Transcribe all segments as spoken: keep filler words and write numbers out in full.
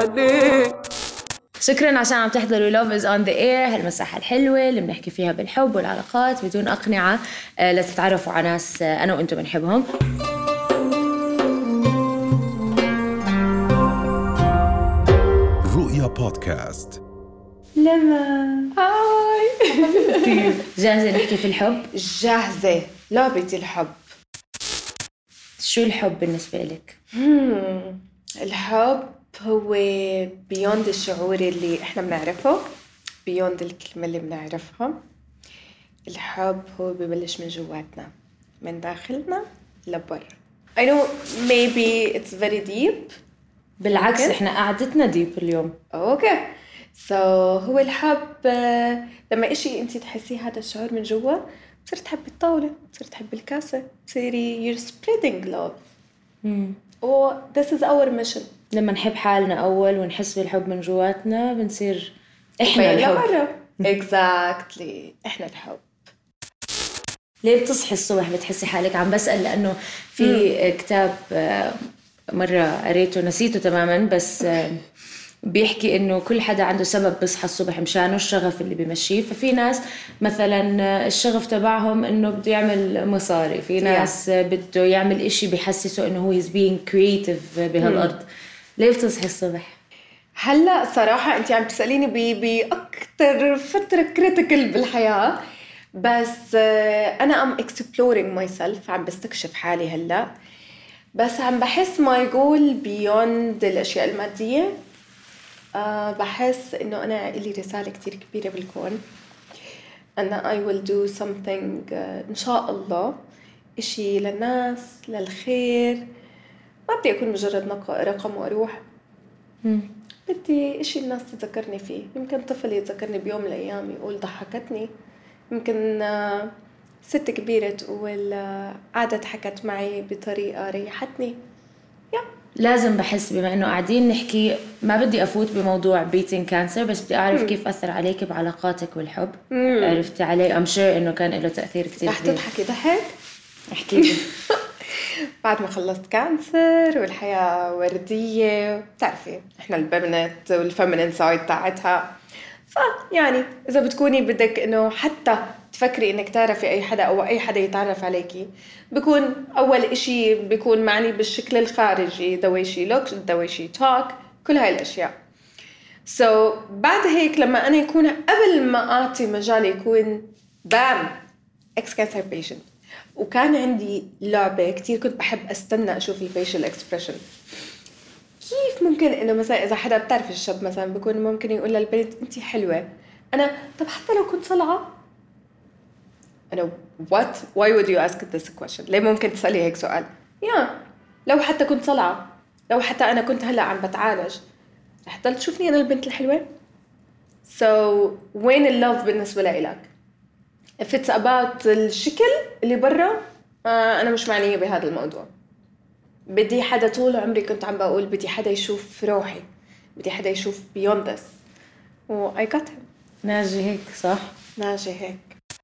عليك. شكراً عشان عم تحضروا Love is on the air، هالمساحة الحلوة اللي بنحكي فيها بالحب والعلاقات بدون أقنعة، لتتعرفوا على ناس أنا وأنتم بنحبهم. رؤيا بودكاست. لما هاي جاهزة نحكي في الحب؟ جاهزة. لعبة الحب. شو الحب بالنسبة لك؟ مم. الحب هو بيوند الشعور اللي احنا بنعرفه، بيوند الكلمة اللي بنعرفها. الحب هو ببلش من جواتنا، من داخلنا لبر. I know maybe it's very deep. بالعكس ممكن. احنا قعدتنا ديب اليوم. اوكي so هو الحب لما اشي انتي تحسي هذا الشعور من جوا، بتصير تحبي الطاولة، بتصير تحبي الكاسة، بتصيري you're spreading love. مم. oh this is our mission. لما نحب حالنا أول ونحس بالحب من جواتنا بنصير إحنا الحب. exactly إحنا الحب. ليه بتصحي الصبح بتحسي حالك؟ عم بسأل لأنه في مم. كتاب مرة قريته نسيته تماماً، بس بيحكي إنه كل حدا عنده سبب بيصحى الصبح مشانه، الشغف اللي بيمشيه. ففي ناس مثلاً الشغف تبعهم إنه بده يعمل مصاري، في ناس yeah. بده يعمل إشي بيحسسه إنه هو is being creative بهالأرض. مم. ليه بتصحي الصبح؟ هلأ صراحة أنت عم تسأليني ب بأكتر فترة كريتيكال بالحياة، بس أنا am exploring myself، عم بستكشف حالي هلأ، بس عم بحس my goal beyond الأشياء المادية. أه بحس إنه أنا إلي رسالة كتير كبيرة بالكون، أنا I will do something uh, إن شاء الله إشي للناس، للخير. ما بدي أكون مجرد رقم وأروح. مم. بدي إشي الناس تذكرني فيه. يمكن طفل يتذكرني بيوم من الأيام يقول ضحكتني، يمكن uh, ست كبيرة تقول uh, قعدت حكت معي بطريقة ريحتني. yeah. لازم بحس بما إنه قاعدين نحكي، ما بدي أفوت بموضوع beating cancer، بس بدي أعرف مم. كيف أثر عليك بعلاقاتك والحب. مم. عرفتي عليه؟ I'm sure إنه كان له تأثير كتير رح كبير. تضحكي ضحك؟ احكي لي. بعد ما خلصت كانسر والحياة وردية، بتعرفي إحنا البنات والفيمينين سايد تاعتها، فيعني إذا بتكوني بدك إنه حتى تفكري إنك تعرفي أي حدا أو أي حدا يتعرف عليكي، بيكون أول إشي بيكون معني بالشكل الخارجي، the way she looks, the way she talk، كل هاي الأشياء. so بعد هيك لما أنا يكون قبل ما أعطي مجال يكون بام ex cancer patient، وكان عندي لعبة كتير كنت بحب أستنى أشوف الفيشل اكسبريشن. كيف ممكن إنه مثلا إذا حدا بتعرف الشاب مثلا بيكون ممكن يقول للبنت أنتي حلوة، أنا طب حتى لو كنت صلعة، أنا what why would you ask this question؟ ليه ممكن تسألي هيك سؤال؟ يا لو حتى كنت صلعة، لو حتى أنا كنت هلأ عم بتعالج، رح تضل تشوفني أنا البنت الحلوة. so وين اللوف بالنسبة لإلك؟ if it's about الشكل اللي برا، آه أنا مش معنية بهذا الموضوع. بدي حدا طول عمري كنت عم بقول بدي حدا يشوف روحي، بدي حدا يشوف beyond this، و I got him. ناجي هيك صح؟ ناجي هيك.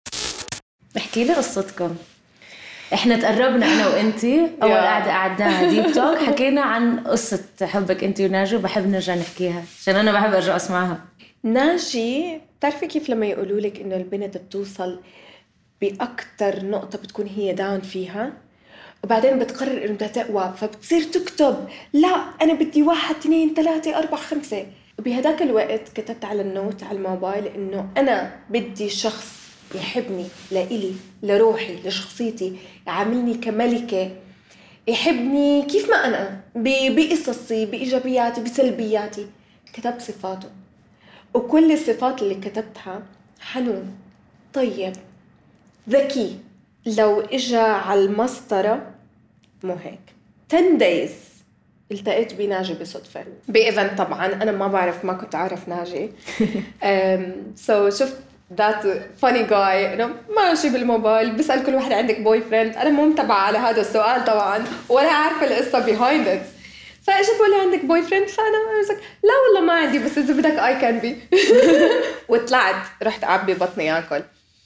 احكي لي قصتكم. احنا تقربنا انا وانتي اول قاعده قعدناها ديب توك، حكينا عن قصه حبك انتي وناجي، وبحب نرجع نحكيها عشان انا بحب ارجع اسمعها. ناجي بتعرفي كيف لما يقولوا لك انه البنت بتوصل باكتر نقطه بتكون هي داون فيها، وبعدين بتقرر انه بدها تقوى، فبتصير تكتب لا انا بدي واحد اثنين ثلاثة أربعة خمسة. وبهداك الوقت كتبت على النوت على الموبايل انه انا بدي شخص يحبني لإلي، لروحي، لشخصيتي، يعاملني كملكة، يحبني كيف ما أنا، بقصصي، بإيجابياتي، بسلبياتي. كتبت صفاته، وكل الصفات اللي كتبتها حنون، طيب، ذكي. لو إجا على المسطرة مو هيك. عشرة days التقيت بناجي بصدفة بإيفنت. طبعا أنا ما بعرف، ما كنت أعرف ناجي. um, so شفت that funny guy إنه ماشي بالموبايل بسأل كل واحد عندك boy friend. أنا مو متابعة على هذا السؤال طبعا، ولا عارفة القصة behind it. فإيش بقول لي عندك boy friend؟ فأنا قلت لا والله ما عندي، بس إذا بدك I can be. وطلعت رحت أعبي بطني أكل،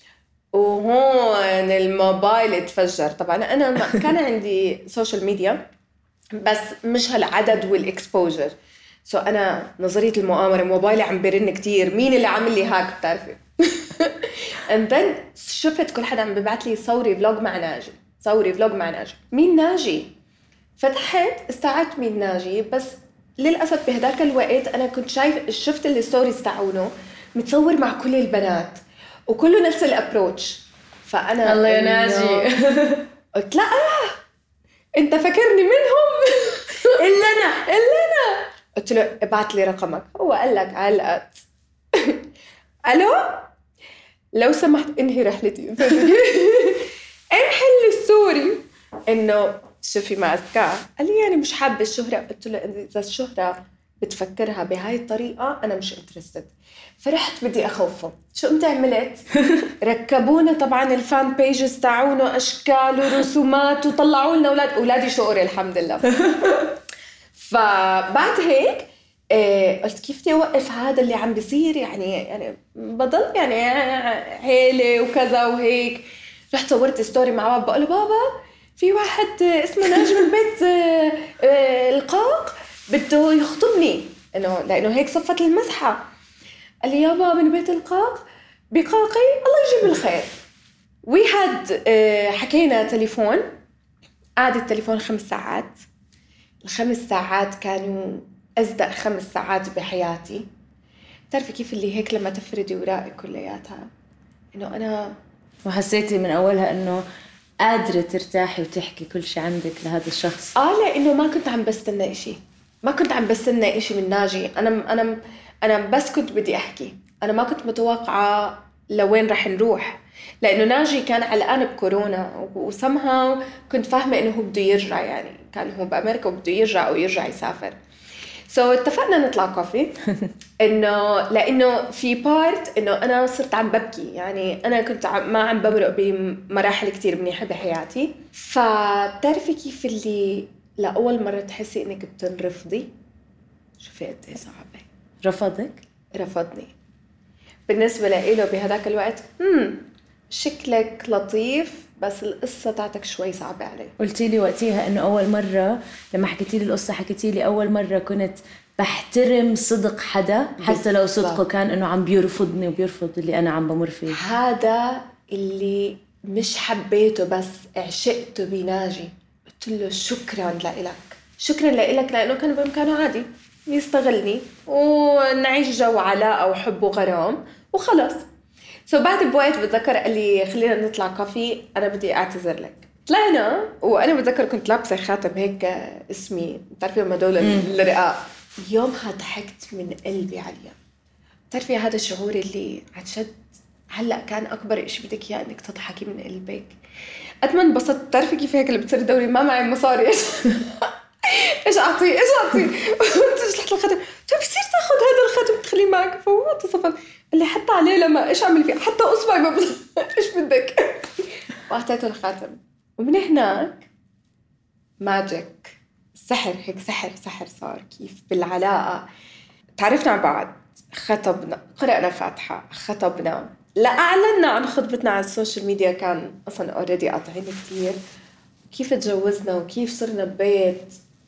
وهون الموبايل اتفجر. طبعا أنا ما كان عندي سوشيال ميديا بس مش هالعدد والإكسبوجر. سو أنا نظرية المؤامرة، موبايلي عم بيرن كتير، مين اللي عامل لي هاك بتعرفي. and then شفت كل حدا عم ببعت لي صوري فلوج مع ناجي، صوري فلوج مع ناجي. مين ناجي؟ فتحت استوعبت مين ناجي، بس للأسف بهداك الوقت أنا كنت شايف شفت الستوريز تاعونه متصور مع كل البنات وكله نفس الابروتش. فأنا الله يا ناجي قلت لا أنت فكرني منهم إلا أنا إلا أنا. قلت له ابعت لي رقمك. هو قال لك علقت. ألو لو سمحت انهي رحلتي. امحل السوري انه شوفي مع أذكار. قال لي يعني مش حابة الشهرة. قلت له إذا الشهرة بتفكرها بهاي الطريقة أنا مش انترستد. فرحت بدي أخوفه. شو قمت عملت؟ ركبونا طبعا الفان بيجز تاعونه أشكال ورسومات وطلعوا لنا أولاد أولادي شقري الحمد لله. فبعد هيك إيه قلت كيف بدي أوقف هذا اللي عم بيصير يعني يعني بضل يعني هيلة وكذا وهيك. رحت صورت ستوري مع بابا بقول له بابا في واحد اسمه ناجي من بيت القاق بده يخطبني إنه لأنه هيك صفت المسحة. قال لي يابا من بيت القاق بقاقي الله يجيب الخير. وي هاد حكينا تليفون. قعد التليفون خمس ساعات. الخمس ساعات كانوا أصدق خمس ساعات بحياتي. تعرفي كيف اللي هيك لما تفردي ورائك كلياتها إنه أنا وحسيتي من أولها إنه قادرة ترتاحي وتحكي كل شيء عندك لهذا الشخص. آه لأنه ما كنت عم بستنى إشي، ما كنت عم بستنى إشي من ناجي. أنا أنا أنا بس كنت بدي أحكي. أنا ما كنت متوقعة لوين رح نروح لأنه ناجي كان علقان بكورونا وسمها كنت فاهمة إنه هو بده يرجع يعني كان هو بأمريكا وبده يرجع أو يرجع يسافر. سو so, اتفقنا نطلع كافي إنه لأنه في بارت إنه أنا صرت عم ببكي يعني أنا كنت عم ما عم بمرق بمراحل كتير منيحة بحياتي. فتعرفي كيف اللي لأول مرة تحسي إنك بتنرفضي. شوفي قد إيه صعبة. رفضك؟ رفضني. بالنسبة له بهذاك الوقت هم شكلك لطيف بس القصة تاعتك شوي صعبة علي. قلتي لي وقتها إنه أول مرة لما حكيتي لي القصة حكيتي لي أول مرة كنت بحترم صدق حدا حتى لو صدقه كان إنه عم بيرفضني وبيرفض اللي أنا عم بمر فيه. هذا اللي مش حبيته بس عشقته بناجي. قلت له شكرا لإلك شكرا لإلك لأنه كان بإمكانه عادي يستغلني ونعيش جو علاقة وحب وغرام وخلص. سو بعد بوقت بتذكر قال لي خلينا نطلع كافي أنا بدي أعتذر لك. طلعنا وأنا بتذكر كنت لابسة خاتم هيك اسمي بتعرفي لما دول الرقاق. يومها ضحكت من قلبي عليها. بتعرفي هذا الشعور اللي عشد هلأ كان أكبر إشي بدك إياه إنك تضحكي من قلبك. أتمنى بسط. بتعرفي كيف هيك اللي بتصير دوري ما معي مصاري إيش إيش أعطي إيش أعطي تشلحت الخاتم. طيب بصير تأخذ هذا الخاتم تخليه معك. فهو تصفل اللي حتى عليه لما إيش عمل فيه حتى أصبعي ما إيش بدك. وأعطيته الخاتم ومن هناك ماجيك سحر هيك سحر سحر صار كيف بالعلاقة. تعرفنا عن بعض خطبنا قرأنا فاتحة خطبنا لا أعلنا عن خطبتنا على السوشيال ميديا كان أصلاً أوريدي قاطعين كتير. كيف تجوزنا وكيف صرنا ببيت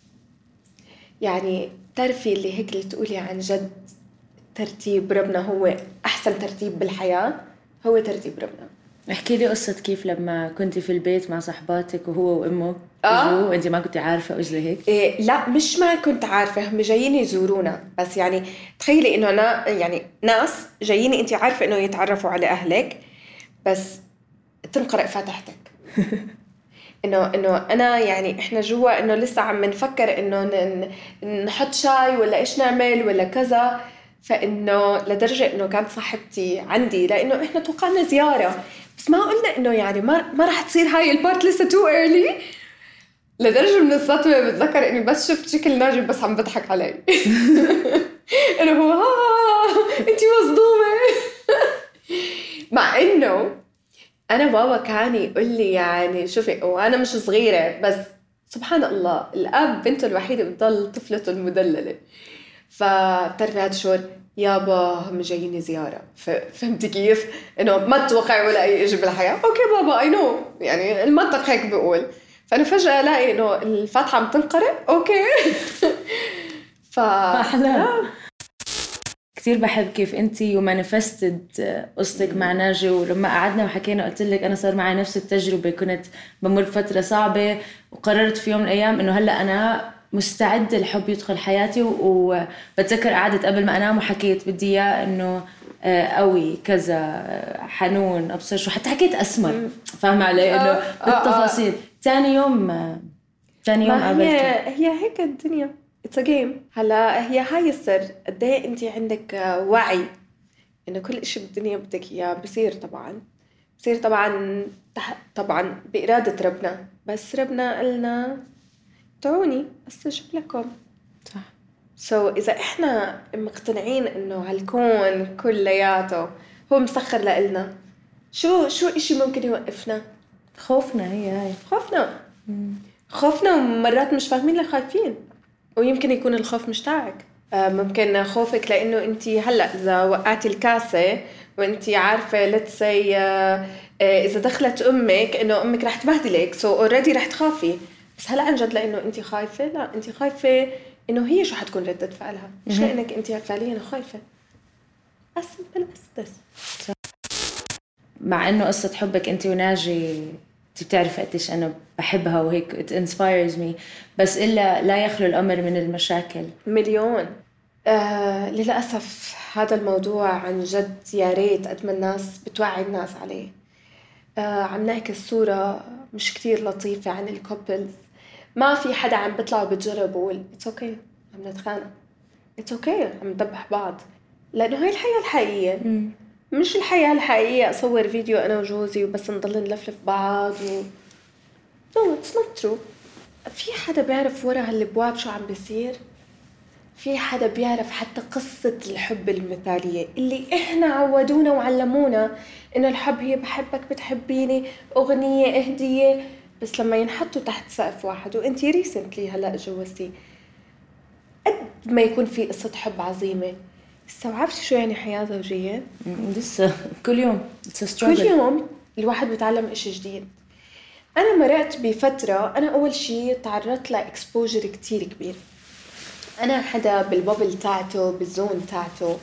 يعني تعرفي اللي هيك اللي تقولي عن جد ترتيب ربنا هو أحسن ترتيب بالحياة هو ترتيب ربنا. احكي لي قصة كيف لما كنتي في البيت مع صحباتك وهو وأمه آه. وانت ما كنتي عارفة أجل هيك. إيه لا مش ما كنت عارفة هم جايين يزورونا بس يعني تخيلي إنه أنا يعني ناس جايين انت عارفة إنه يتعرفوا على أهلك بس تنقرأ فاتحتك. إنه إنه أنا يعني إحنا جوا إنه لسه عم نفكر إنه نحط شاي ولا إيش نعمل ولا كذا. فإنه لدرجة إنه كانت صاحبتي عندي لأنه إحنا توقعنا زيارة بس ما قلنا إنه يعني ما ما راح تصير هاي البارت لسه تو early. لدرجة من الصدمة بتذكر إني بس شفت شكل ناجي بس عم بضحك علي. إنه هو ها أنتي مصدومة. مع إنه أنا بابا كان يقول لي يعني شوفي وأنا مش صغيرة بس سبحان الله الأب بنته الوحيدة بتضل طفلته المدللة. فبتعرفي هذا الشعور يابا هم جايين زيارة. فهمتي كيف إنه ما تتوقعي ولا أي إشي بالحياة. أوكي بابا I know يعني المنطق هيك بقول. فأنا فجأة ألاقي إنه الفاتحة عم تنقرأ أوكي. ف كثير بحب كيف انت ومانيفستد قصتك مع ناجي، ولما قعدنا وحكينا قلت لك انا صار معي نفس التجربه، كنت بمر بفتره صعبه وقررت في يوم من الايام انه هلا انا مستعد الحب يدخل حياتي. وبتذكر قعدت قبل ما انام وحكيت بدي اياه انه قوي كذا حنون ابصر شو، حتى حكيت اسمر فاهم علي انه بالتفاصيل. ثاني يوم ثاني يوم ما قابلته. هي هي هيك الدنيا، اتس جيم. هلا هي هاي السر قد ايه انت عندك وعي انه كل اشي بالدنيا بدك اياه بصير. طبعا بصير طبعا طبعا بإرادة ربنا، بس ربنا قلنا دعوني استجب لكم. صح. سو so, إذا إحنا مقتنعين إنه هالكون كلياته هو مسخر لإلنا، شو شو إشي ممكن يوقفنا؟ خوفنا. هي هاي خوفنا. مم. خوفنا، ومرات مش فاهمين ليه خايفين، ويمكن يكون الخوف مش تاعك. آه ممكن خوفك لأنه أنت هلأ إذا وقعتي الكاسة وأنت عارفة let's say آه إذا دخلت أمك إنه أمك رح تبهدلك so already رح تخافي. بس هلأ عن جد لأنه أنت خايفة، لا أنت خايفة إنه هي شو حتكون ردة فعلها، مش لأنك أنت فعليا خايفة. بس بس بس مع إنه قصة حبك أنت وناجي أنت بتعرف قديش أنا بحبها وهيك it inspires me، بس إلا لا يخلو الأمر من المشاكل مليون. آه للأسف هذا الموضوع عن جد يا ريت قد ما الناس بتوعي الناس عليه. آه عم نعكس صورة مش كتير لطيفة عن الكوبلز. ما في حدا عم بيطلع وبتجرب وقول it's okay عم نتخانق، it's okay عم ندبح بعض، لأنه هاي الحياة الحقيقية. م. مش الحياة الحقيقية أصور فيديو أنا وجوزي وبس نضل نلفلف بعض و... no it's not true. في حدا بيعرف ورا هالابواب شو عم بيصير؟ في حدا بيعرف حتى قصة الحب المثالية اللي إحنا عودونا وعلمونا إنه الحب هي بحبك بتحبيني أغنية هدية، بس لما ينحطوا تحت سقف واحد. وإنتي ريسنتلي هلأ جوزتي، قد ما يكون في قصة حب عظيمة، استوعبتي شو يعني حياة زوجية؟ لسه كل يوم كل يوم الواحد بيتعلم إشي جديد. أنا مرقت بفترة أنا أول شي تعرضت لإكسبوجر كتير كبير. أنا حدا بالبابل تاعته بالزون تاعته،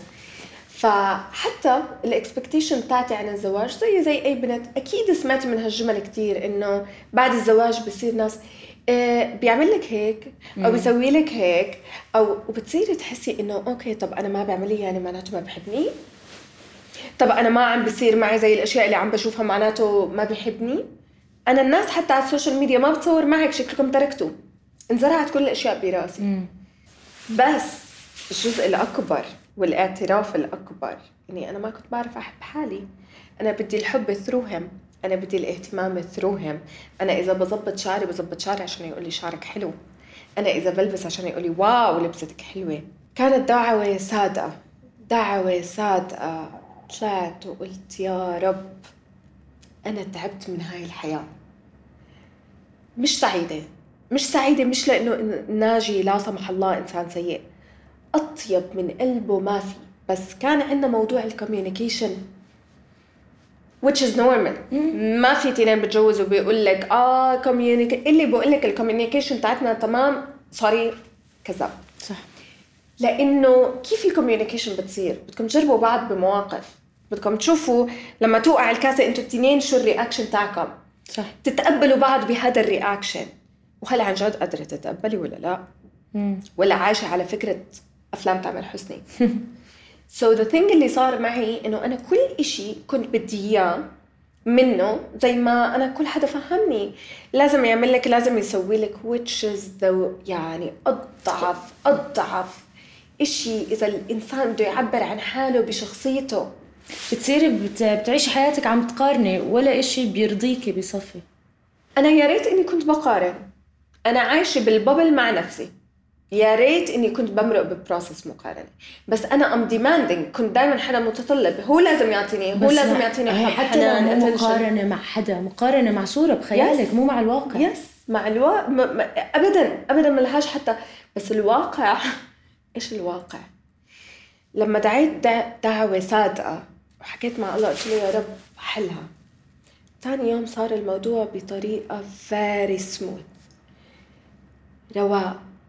فحتى الإكسبكتيشن تاعتي عن الزواج زي زي أي بنت أكيد سمعت من هالجمل كتير إنه بعد الزواج بصير ناس آه بيعمل لك هيك أو بيسوي لك هيك، أو وبتصيري تحسي إنه أوكي طب أنا ما بعملي يعني معناته ما بحبني، طب أنا ما عم بصير معي زي الأشياء اللي عم بشوفها معناته ما بيحبني. أنا الناس حتى على السوشيال ميديا ما بتصور معك شكلكم تركتوا، انزرعت كل الأشياء براسي. مم. بس الجزء الأكبر والاعتراف الأكبر إني أنا ما كنت بعرف أحب حالي. أنا بدي الحب ثروهم، أنا بدي الاهتمام ثروهم. أنا إذا بزبط شعري بزبط شعري عشان يقولي شعرك حلو، أنا إذا بلبس عشان يقولي واو لبستك حلوة. كانت دعوة صادقة، دعوة صادقة. طلعت وقلت يا رب أنا تعبت من هاي الحياة، مش سعيدة مش سعيدة مش لأنه ناجي لا سمح الله إنسان سيء، أطيب من قلبه ما في، بس كان عندنا موضوع الكوميونيكيشن which is normal. ما في تنين بتجوزوا بيقول لك آه كوميونيك، اللي بيقول لك الكوميونيكيشن تاعتنا تمام صاري كذاب. صح. لأنه كيف الكوميونيكيشن بتصير؟ بدكم تجربوا بعض بمواقف، بدكم تشوفوا لما توقع الكاسة انتوا التنين شو الرياكشن تاعكم. صح. تتقبلوا بعض بهذا الرياكشن، وهل عن جد قادرة تتقبلي ولا لا؟ مم. ولا عايشة على فكرة أفلام تامر حسني؟ so the thing اللي صار معي إنه أنا كل إشي كنت بدي إياه منه زي ما أنا كل حدا فهمني لازم يعمل لك، لازم يسوي لك which is the يعني أضعف أضعف إشي إذا الإنسان بده يعبر عن حاله بشخصيته. بتصيري بتعيش حياتك عم تقارني ولا إشي بيرضيكي بصفي. أنا يا ريت إني كنت بقارن، أنا عايشة بالبابل مع نفسي، يا ريت إني كنت بمرق ببروسس مقارنة، بس أنا أم ديماندينج، كنت دايما حدا متطلب، هو لازم يعطيني هو لازم يعطيني حب، حتى لو مو مقارنة مع حدا، مقارنة مع صورة بخيالك yes. مو مع الواقع. يس yes. مع الواقع م... م... أبدا أبدا ملهاش حتى، بس الواقع إيش الواقع؟ لما دعيت دعوة صادقة وحكيت مع الله قلت له يا رب حلها، ثاني يوم صار الموضوع بطريقة very smooth، رواق.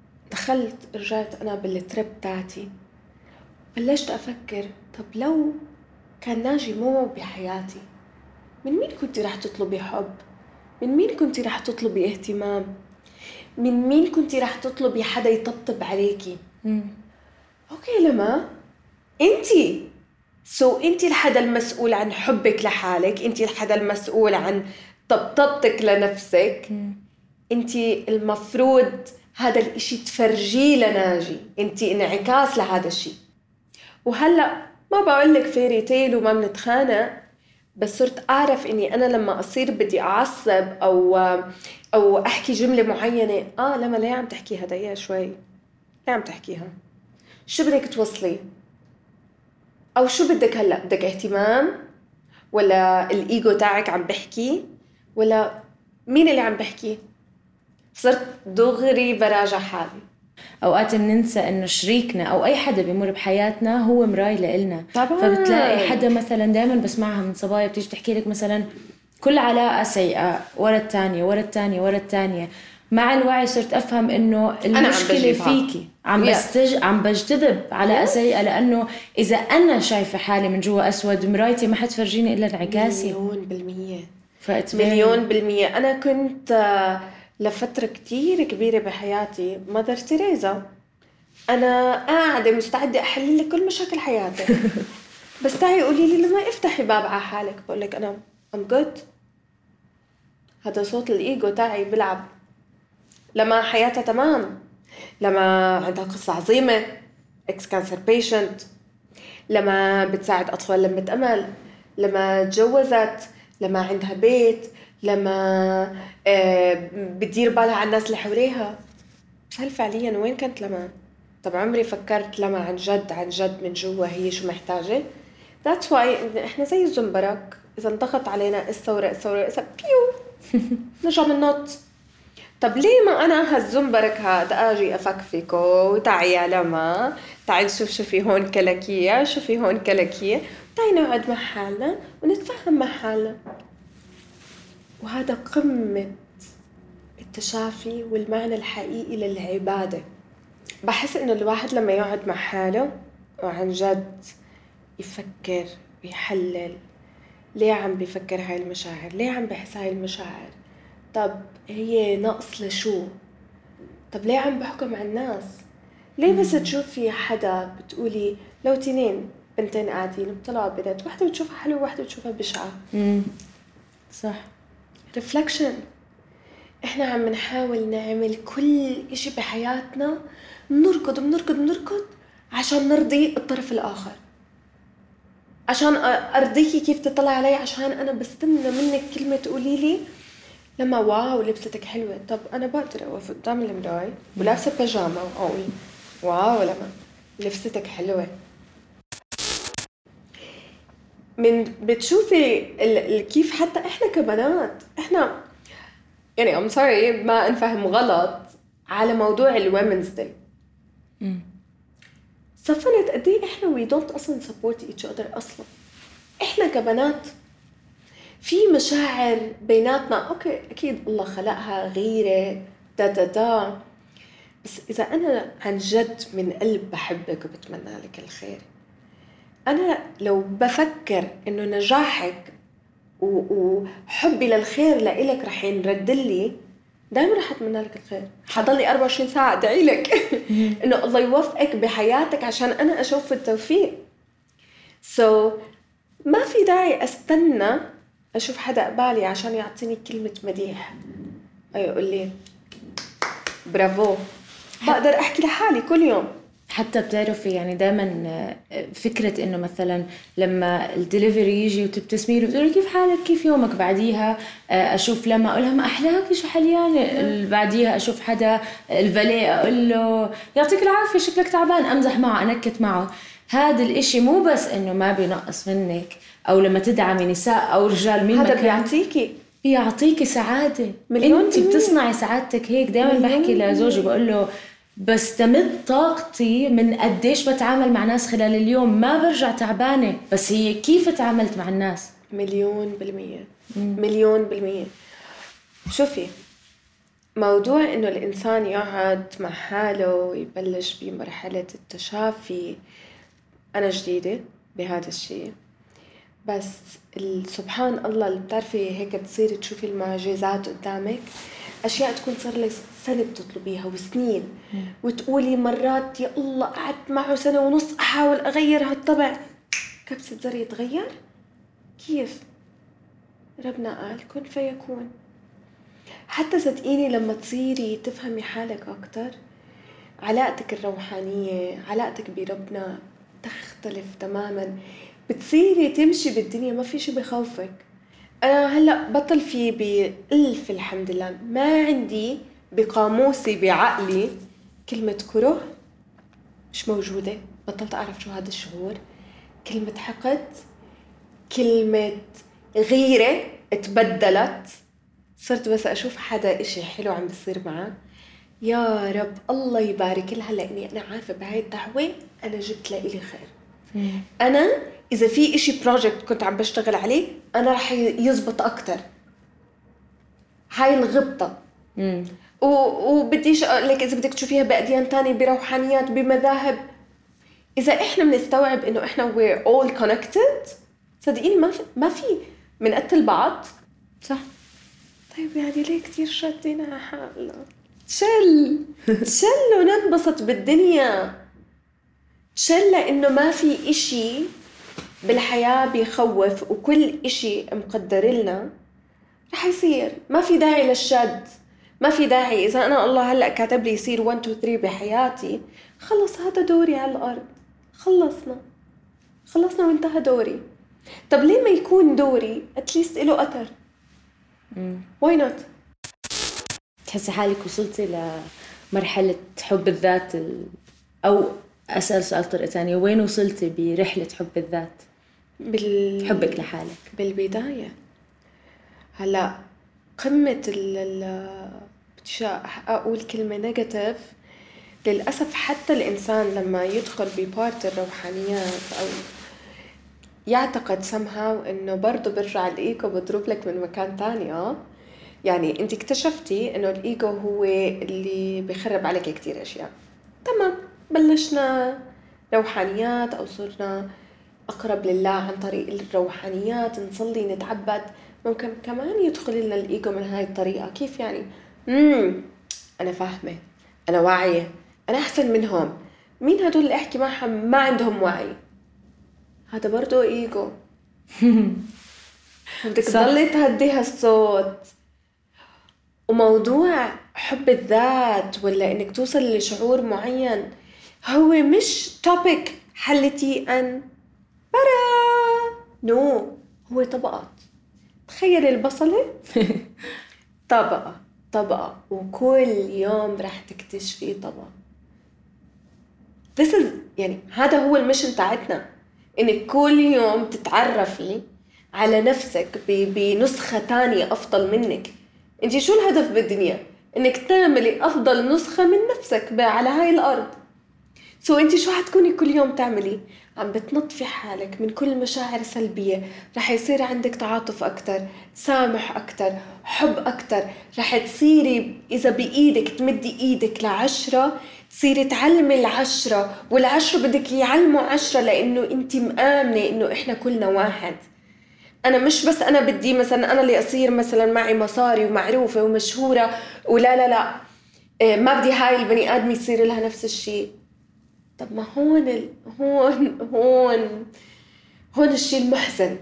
دخلت رجعت أنا بالترب تاعتي، بلشت أفكر طب لو كان ناجي مو بحياتي، من مين كنتي رح تطلبي حب؟ من مين كنتي رح تطلبي اهتمام؟ من مين كنتي رح تطلبي حدا يطبطب عليكي؟ مم. أوكي لما أنتي سو so أنتي الحدا المسؤول عن حبك لحالك، أنتي الحدا المسؤول عن طبطبتك لنفسك. مم. أنتي المفروض هذا الإشي تفرجيه لناجي، أنتي انعكاس لهذا الشيء. وهلأ ما بقولك فيري تيل وما منتخانق، بس صرت أعرف إني أنا لما أصير بدي أعصب أو أو أحكي جملة معينة، آه لما ليه عم تحكيها دقيقة شوي، ليه عم تحكيها؟ شو بدك توصلي؟ أو شو بدك هلأ؟ بدك اهتمام؟ ولا الإيجو تاعك عم بحكي؟ ولا مين اللي عم بحكي؟ صرت دغري براجع حالي. أوقات بننسى إنه شريكنا أو أي حدا بيمر بحياتنا هو مراي لإلنا. طبعاً. فبتلاقي حدا مثلاً دائماً بسمعها من صبايا بتيجي تحكي لك مثلاً كل علاقة سيئة ورا الثانية ورا الثانية ورا الثانية. مع الوعي صرت أفهم إنه المشكلة فيكي، عم بستج عم بجتذب على سيئة، لأنه إذا أنا شايفة حالي من جوا أسود، مرايتي ما حتفرجيني إلا انعكاسي. مليون بالمية مليون بالمية. أنا كنت لفترة كتير كبيرة بحياتي مادر تيريزا، أنا قاعدة مستعدة أحل لك كل مشاكل حياتك بس تعي قولي لي لما افتحي باب على حالك، بقول لك أنا I'm good. هذا صوت الإيجو تاعي بلعب. لما حياتها تمام، لما عندها قصة عظيمة ex cancer patient، لما بتساعد أطفال لمة أمل، لما تجوزت، لما عندها بيت، لما آه بتدير بالها على الناس اللي حواليها. بس هل فعليا وين كنت لما؟ طب عمري فكرت لما عن جد عن جد من جوا هي شو محتاجة؟ that's why احنا زي الزنبرك، إذا انضغط علينا الثورة الثورة إذا بيو نرجع من نط. طب ليه ما أنا هالزنبرك هذا أجي أفكفكه وتعي يا لما تعي شوف شوفي هون كلكية شوفي هون كلكية، تعي نقعد مع حالنا ونتفهم مع حالنا. وهذا قمة التشافي والمعنى الحقيقي للعبادة. بحس إنه الواحد لما يقعد مع حاله وعن جد يفكر ويحلل ليه عم بيفكر هاي المشاعر، ليه عم بحس هاي المشاعر، طب هي نقص لشو، طب ليه عم بحكم على الناس، ليه بس تشوفي حدا بتقولي لو تنين بنتين قاعدين بطلعوا بنت، واحدة بتشوفها حلوة واحدة بتشوفها بشعة. صح. ريفلكشن. احنا عم نحاول نعمل كل اشي بحياتنا، بنركض بنركض بنركض عشان نرضي الطرف الاخر، عشان ارضيكي كيف تطلع علي، عشان انا بستنى منك كلمة تقولي لي لما واو لبستك حلوة. طب انا بقدر اوقف قدام المراية ولابسة بيجاما واقول واو لما لبستك حلوة. من بتشوفي كيف حتى احنا كبنات احنا يعني I'm sorry ما انفهم غلط على موضوع الومنز داي، صفنت قد ايه احنا we don't اصلا support each other اصلا. احنا كبنات في مشاعر بيناتنا، اوكي اكيد الله خلقها غيرة دا دا دا، بس اذا انا عن جد من قلب بحبك وبتمنى لك الخير، انا لو بفكر انه نجاحك وحبي للخير لإلك رح ينردلي، دائما رح أتمنى لك الخير، حضلي أربعة وعشرين ساعة أدعي لك إنه الله يوفقك بحياتك عشان أنا أشوف التوفيق. so ما في داعي أستنى أشوف حدا قبالي عشان يعطيني كلمة مديح أو يقول لي برافو. بقدر أحكي لحالي كل يوم. حتى بتعرفي يعني دائما فكرة إنه مثلا لما الدليفري يجي وتبتسمي له بتقولي كيف حالك كيف يومك، بعديها أشوف لما أقولها ما أحلاكي شو حليانة، بعديها أشوف حدا الفالي أقول له يعطيك العافية شكلك تعبان، أمزح معه أنكت معه. هذا الإشي مو بس إنه ما بينقص منك، أو لما تدعمي نساء أو رجال مين هذا بيعطيكي بيعطيكي سعادة. أنت بتصنعي سعادتك هيك. دائما بحكي لزوجي بقول له بستمد طاقتي من قديش بتعامل مع ناس خلال اليوم، ما برجع تعبانة، بس هي كيف تعاملت مع الناس. مليون بالمية مم. مليون بالمية. شوفي موضوع إنه الإنسان يقعد مع حاله ويبلش بمرحلة التشافي، أنا جديدة بهذا الشيء، بس سبحان الله اللي بتعرفي هيك بتصير تشوفي المعجزات قدامك، أشياء تكون صار لك سنة بتطلبيها وسنين، وتقولي مرات يا الله قعدت معه سنة ونص أحاول أغير هالطبع، كبسة زر يتغير. كيف؟ ربنا قال كن فيكون. حتى صدقيني لما تصيري تفهمي حالك أكتر، علاقتك الروحانية، علاقتك بربنا تختلف تماما، بتصيري تمشي بالدنيا ما في شي بخوفك. أنا هلأ بطل في بألف الحمد لله ما عندي بقاموسي بعقلي كلمة كره، مش موجودة، بطلت أعرف شو هذا الشعور. كلمة حقد، كلمة غيرة اتبدلت، صرت بس أشوف حدا إشي حلو عم بيصير معه يا رب الله يبارك لها، لأني أنا عارفة بهاي الدعوة أنا جبت لإلي خير. مم. أنا إذا في إشي بروجكت كنت عم بشتغل عليه أنا رح يزبط أكتر. هاي الغبطة. مم. وبديش أقول لك إذا بدك تشوفيها بأديان تاني، بروحانيات، بمذاهب، إذا إحنا بنستوعب إنه إحنا we're all connected، صدقيني ما في ما في من قتل بعض. صح. طيب يعني ليه كتير شادين حالنا؟ تشل تشل وننبسط بالدنيا، تشل لأنه ما في إشي بالحياة بيخوف، وكل إشي مقدر لنا رح يصير. ما في داعي للشد، ما في داعي. إذا أنا الله هلأ كاتب لي يصير واحد اثنين ثلاثة بحياتي، خلص هذا دوري على الأرض، خلصنا خلصنا وانتهى دوري. طب ليه ما يكون دوري أتليست له أثر؟ Why not؟ تحسي حالك وصلتي لمرحلة حب الذات ال... أو أسأل سؤال طريقة تانية، وين وصلتي برحلة حب الذات؟ بال... حبك لحالك بالبداية. هلا قمة ال بدي أقول كلمة نيجاتيف للأسف، حتى الإنسان لما يدخل ببارت الروحانيات أو يعتقد somehow إنه برضو برجع الإيجو بضرب لك من مكان تاني. آه يعني أنت اكتشفتي إنه الإيجو هو اللي بيخرب عليك كتير أشياء. تمام، بلشنا روحانيات أو صرنا أقرب لله عن طريق الروحانيات، نصلي نتعبد، ممكن كمان يدخل لنا الإيجو من هاي الطريقة. كيف يعني؟ مم. أنا فاهمة، أنا واعية، أنا أحسن منهم. مين هدول اللي أحكي معهم ما عندهم وعي؟ هذا برضو إيجو. بدك تضلي تهدي هالصوت. وموضوع حب الذات ولا إنك توصل لشعور معين هو مش topic حلتي أن برا نو no. هو طبقات. تخيل البصلة طبقة طبقة، وكل يوم راح تكتشفي طبقة. This is يعني هذا هو الميشن تاعتنا، إنك كل يوم تتعرفي على نفسك بنسخة تانية أفضل منك. أنت شو الهدف بالدنيا؟ إنك تعملي أفضل نسخة من نفسك على هاي الأرض. سو أنت شو هتكوني كل يوم تعملي؟ عم بتنطفي حالك من كل مشاعر سلبية، رح يصير عندك تعاطف أكتر، سامح أكتر، حب أكتر. رح تصيري إذا بإيدك تمدي إيدك لعشرة، تصيري تعلمي العشرة، والعشرة بدك يعلموا عشرة، لأنه أنت مآمنة إنه إحنا كلنا واحد. أنا مش بس أنا بدي مثلا أنا اللي أصير مثلا معي مصاري ومعروفة ومشهورة ولا لا لا ما بدي هاي البني آدم يصير لها نفس الشيء. طب ما هون ال... هون هون هون الشيء المحزن،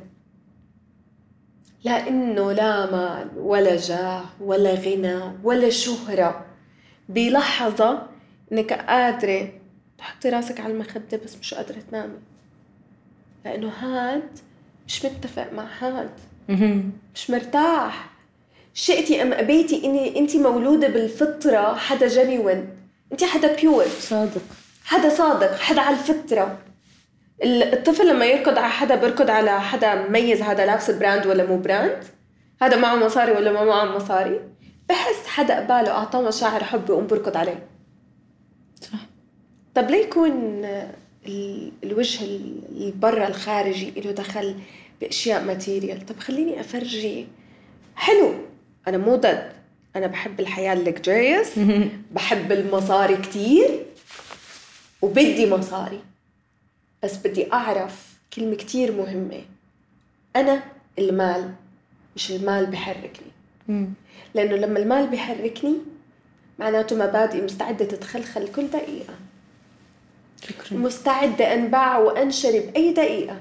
لأنه لا مال ولا جاه ولا غنى ولا شهرة بلحظة إنك قادرة تحطي راسك على المخدة بس مش قادرة تنامي، لأنه هاد مش متفق مع هاد، مش مرتاح. شئتي أم أبيتي إني أنت مولودة بالفطرة حدا جنوين، أنت حدا بيور صادق، حدا صادق، حدا على الفطرة. الطفل لما يركض على حدا بركض على حدا مميز، هذا لابس براند ولا مو براند، هذا معه مصاري ولا ما معه مصاري، بحس حدا قباله أعطاه مشاعر حب وقوم بركض عليه. صح. طب ليكون الوجه البرة الخارجي له دخل بأشياء ماتيريال؟ طب خليني أفرجي حلو، أنا مو ضد، أنا بحب الحياة اللكجريوس، بحب المصاري كتير وبدي مصاري، بس بدي أعرف كلمة كتير مهمة، أنا المال مش المال بيحركني. لأنه لما المال بيحركني معناته مبادئي مستعدة تتخلخل كل دقيقة. شكرا. مستعدة أنباع وأنشري بأي دقيقة.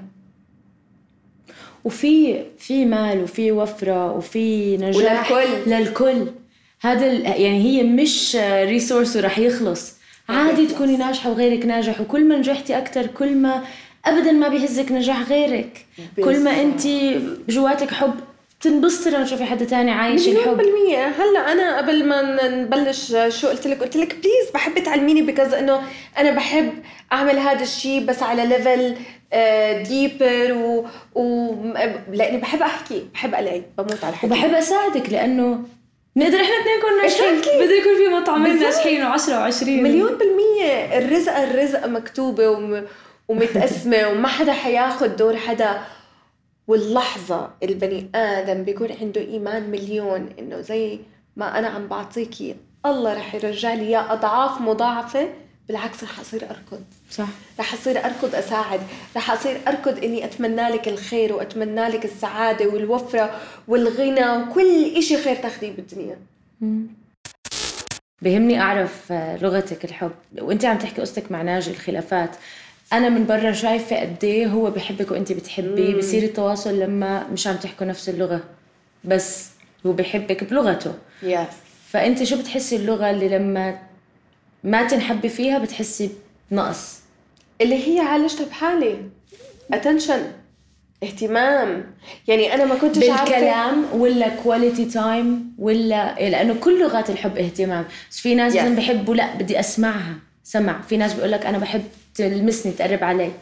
وفي في مال وفي وفرة وفي نجاح وللكل. للكل. هذا يعني هي مش ريسورس ورح يخلص. عادي تكوني ناجحة وغيرك ناجح، وكل ما نجحتي أكتر كل ما أبدا ما بيهزك نجاح غيرك. بس كل ما أنتي جواتك حب تنبسطي لما تشوفي حدا تاني عايش الحب. بالمية. هلا أنا قبل ما نبلش شو قلت لك؟ قلت لك بليز بحب تعلميني بكذا إنه أنا بحب أعمل هذا الشيء بس على ليفل ديبر و... و... لأني بحب أحكي، بحب ألاقي، بموت على الحكي وبحب أساعدك لأنه نقدر إحنا اثنين نكون ناجحين. بدي يكون في مطعمين ناجحين وعشرة وعشرين مليون بالمية. الرزق الرزق مكتوبة وم... ومتقسمة وما حدا حياخد دور حدا. واللحظة البني آدم بيكون عنده إيمان مليون إنه زي ما أنا عم بعطيكي الله رح يرجع لي يا أضعاف مضاعفة. بالعكس رح أصير أركض. صح. رح أصير أركض أساعد، رح أصير أركض إني أتمنى لك الخير وأتمنى لك السعادة والوفرة والغنى وكل إشي خير تاخديه بالدنيا. بهمني أعرف لغتك الحب. وأنت عم تحكي قصتك مع ناجي الخلافات، أنا من برا شايفة قديه هو بحبك وأنت بتحبيه. بصير التواصل لما مش عم تحكوا نفس اللغة، بس هو بحبك بلغته. يس. فأنت شو بتحسي اللغة اللي لما ما تنحبي فيها بتحسي بنقص؟ اللي هي عالجتها بحالي. attention، اهتمام. يعني أنا ما كنتش عارفة بالكلام ولا quality time ولا، لأنه كل لغات الحب اهتمام. بس في ناس yes. بحبوا لا بدي أسمعها سمع. في ناس بيقولك أنا بحب تلمسني تقرب علي.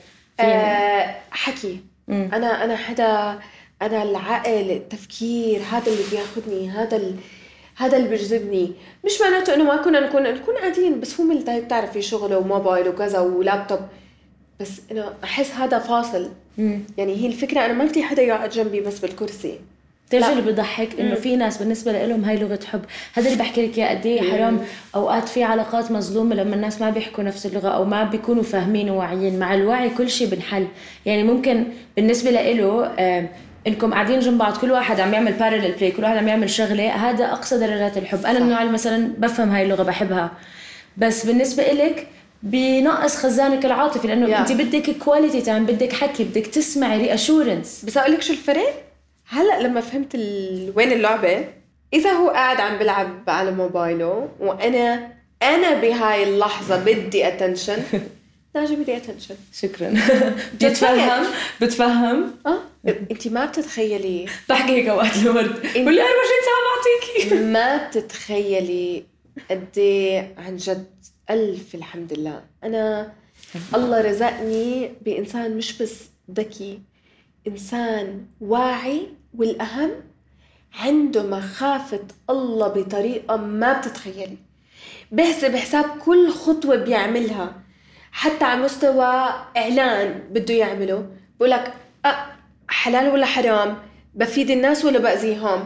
أه حكي. مم. أنا أنا حدا، أنا العقل التفكير هذا اللي بياخدني، هذا ال... هذا اللي بيجذبني. مش معناته إنه ما كنا نكون نكون عاديين، بس هو من اللي بتعرفي شغله وموبايل وكذا ولابتوب، بس إنه أحس هذا فاصل. مم. يعني هي الفكرة أنا ما بدي حدا يقعد جنبي بس بالكرسي. ترجع اللي بيضحك إنه في ناس بالنسبة لهم هاي لغة حب. هذا اللي بحكي لك يا قديه حرام. أوقات في علاقات مظلومة لما الناس ما بيحكوا نفس اللغة أو ما بيكونوا فاهمين وواعيين. مع الوعي كل شيء بنحل. يعني ممكن بالنسبة له آه إنكم قاعدين جنب بعض كل واحد عم يعمل بارلل بلاي، كل واحد عم يعمل شغلة، هذا أقصى درجات الحب. أنا من النوع مثلا بفهم هاي اللغة بحبها، بس بالنسبة إلك بينقص خزانك العاطفي لأنه yeah. أنت بدك كواليتي تايم، بدك حكي، بدك تسمعي ري أشورنس. بس أقول لك شو الفرق؟ هلأ لما فهمت ال... وين اللعبة، إذا هو قاعد عم بلعب على موبايله وأنا أنا بهاي اللحظة بدي أتنشن ناجي بدي أتنشن. شكرا. بتفهم بتفهم اه انت ما بتتخيلي. بحكي هيك اوقات لورد واللي أربعة وعشرين ساعة بعطيكي. ما بتتخيلي قد عن جد. ألف الحمد لله أنا الله رزقني بإنسان مش بس ذكي، إنسان واعي، والأهم عنده مخافة الله بطريقة ما بتتخيلي. بحسب حساب كل خطوة بيعملها، حتى على مستوى إعلان بده يعمله بقولك أه حلال ولا حرام، بفيد الناس ولا بأذيهم.